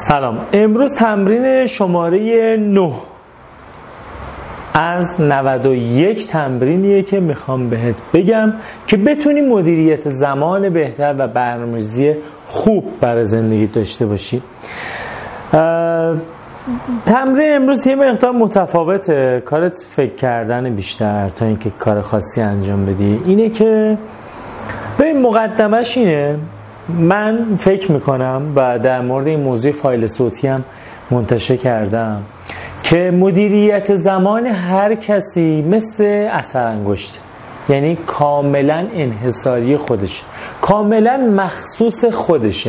سلام. امروز تمرین شماره 9 از 91 تمرینیه که میخوام بهت بگم که بتونی مدیریت زمان بهتر و برنامه‌ریزی خوب برای زندگی داشته باشی. تمرین امروز یه مقدار متفاوته، کارت فکر کردن بیشتر تا اینکه کار خاصی انجام بدی. اینه که ببین، مقدمش اینه، من فکر میکنم و در مورد این موضوع فایل صوتی هم منتشر کردم که مدیریت زمان هر کسی مثل اثر انگشته، یعنی کاملا انحصاری خودشه، کاملا مخصوص خودشه.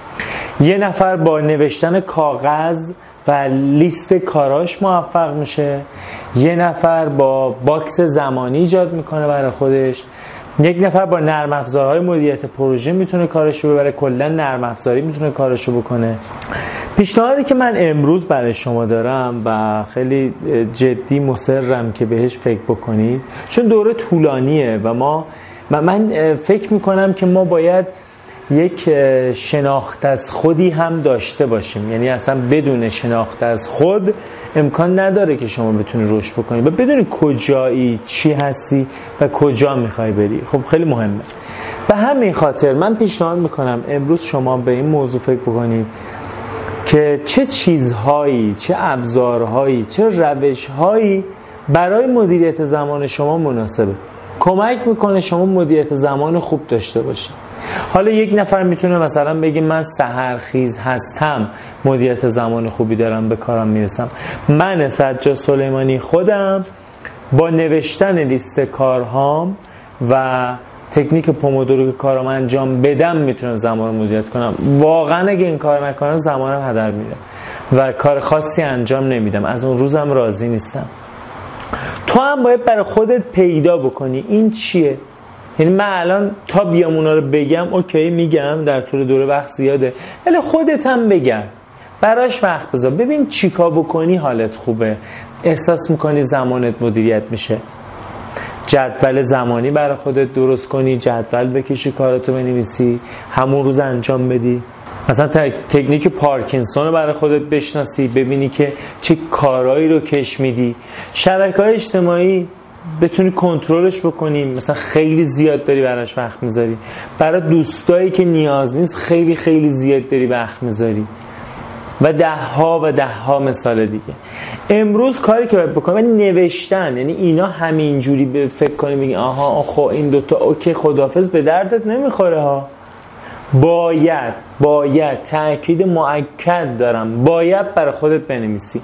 یه نفر با نوشتن کاغذ و لیست کاراش موفق میشه، یه نفر با باکس زمانی ایجاد میکنه برای خودش، یک نفر با نرم افزارهای مدیریت پروژه میتونه کارشو ببره، کلا نرم افزاری میتونه کارشو بکنه. پیشنهادی که من امروز برای شما دارم و خیلی جدی مصرم که بهش فکر بکنید، چون دوره طولانیه و من فکر میکنم که ما باید یک شناخت از خودی هم داشته باشیم. یعنی اصلا بدون شناخت از خود امکان نداره که شما بتونی رشد بکنی و بدونی کجایی، چی هستی و کجا میخوای بری. خب خیلی مهمه. به همین خاطر من پیشنهاد میکنم امروز شما به این موضوع فکر بکنید که چه چیزهایی، چه ابزارهایی، چه روشهایی برای مدیریت زمان شما مناسبه، کمک میکنه شما مدیریت زمان خوب داشته باشید. حالا یک نفر میتونه مثلا بگه من سحرخیز هستم، مدیریت زمان خوبی دارم، به کارم میرسم. من سجاد سلیمانی خودم با نوشتن لیست کارهام و تکنیک پومودورو که کارم انجام بدم میتونم زمان رو مدیریت کنم. واقعا اگه این کار نکنم زمانم هدر میره و کار خاصی انجام نمیدم، از اون روزم راضی نیستم. تو هم باید برای خودت پیدا بکنی این چیه. یعنی من الان تا بیام اونا رو بگم اوکی میگم، در طول دوره وقت زیاده، ولی خودت هم بگم، براش وقت بذار، ببین چیکار بکنی حالت خوبه، احساس میکنی زمانت مدیریت میشه. جدول زمانی برای خودت درست کنی، جدول بکشی، کاراتو بنویسی، همون روز انجام بدی. مثلا تکنیک پارکینسون رو برای خودت بشناسی، ببینی که چه کارهایی رو کش میدی. شبکه‌های اجتماعی بتونی کنترلش بکنی، مثلا خیلی زیاد داری براش وقت میذاری، برای دوستایی که نیاز نیست خیلی خیلی زیاد داری وقت میذاری و ده ها مثال دیگه. امروز کاری که باید بکنی نوشتن، یعنی اینا همینجوری فکر کنی بگی آها خب این دوتا اوکی خداحافظ به دردت نمیخوره ها. باید تأکید مؤکد دارم، باید برای خودت بنویسی.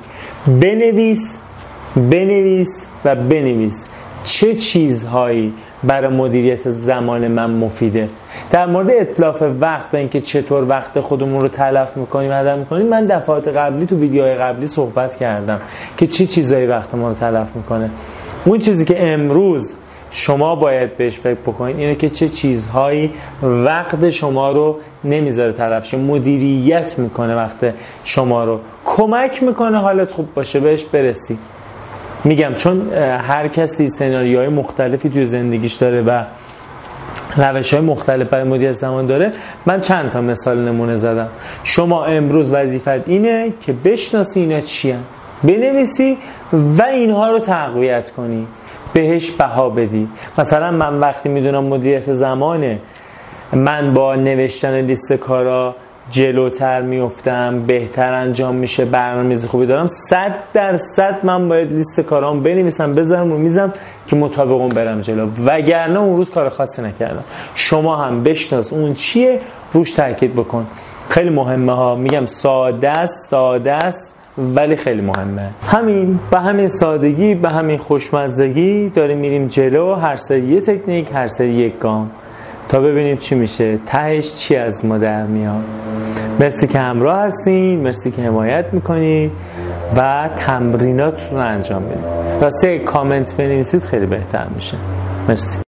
بنویس و بنویس چه چیزهایی برای مدیریت زمان من مفیده. در مورد اتلاف وقت و اینکه چطور وقت خودمون رو تلف میکنیم هدر میکنیم، من دفعات قبلی تو ویدیوهای قبلی صحبت کردم که چه چیزهایی وقت ما رو تلف میکنه. اون چیزی که امروز شما باید بهش فکر بکنید اینه که چه چیزهایی وقت شما رو نمیذاره تلف شه، مدیریت میکنه وقت شما رو، کمک میکنه حالت خوب باشه، بهش برسی. میگم چون هر کسی سناریوهای مختلفی توی زندگیش داره و روش‌های مختلف برای مدیریت زمان داره، من چند تا مثال نمونه زدم. شما امروز وظیفت اینه که بشناسی اینا چی هست، بنویسی و اینها رو تقویت کنی، بهش بها بدی. مثلا من وقتی میدونم مدیریت زمانه، من با نوشتن لیست کارا جلوتر میافتم، بهتر انجام میشه، برنامه‌ریزی خوبی دارم، 100% من باید لیست کارام بنویسم، بذارم رو میزم که مطابق اون برم جلو، وگرنه اون روز کار خاصی نکردم. شما هم بشناس اون چیه، روش تاکید بکن. خیلی مهمه ها، میگم ساده است ولی خیلی مهمه. به همین سادگی، به همین خوشمزدگی داریم میریم جلو، هر سری یه تکنیک، هر سری یک گام، تا ببینیم چی میشه، تهش چی از ما در میاد. مرسی که همراه هستین، مرسی که حمایت میکنید و تمریناتتون رو انجام بدید. راستی کامنت بنویسید خیلی بهتر میشه. مرسی.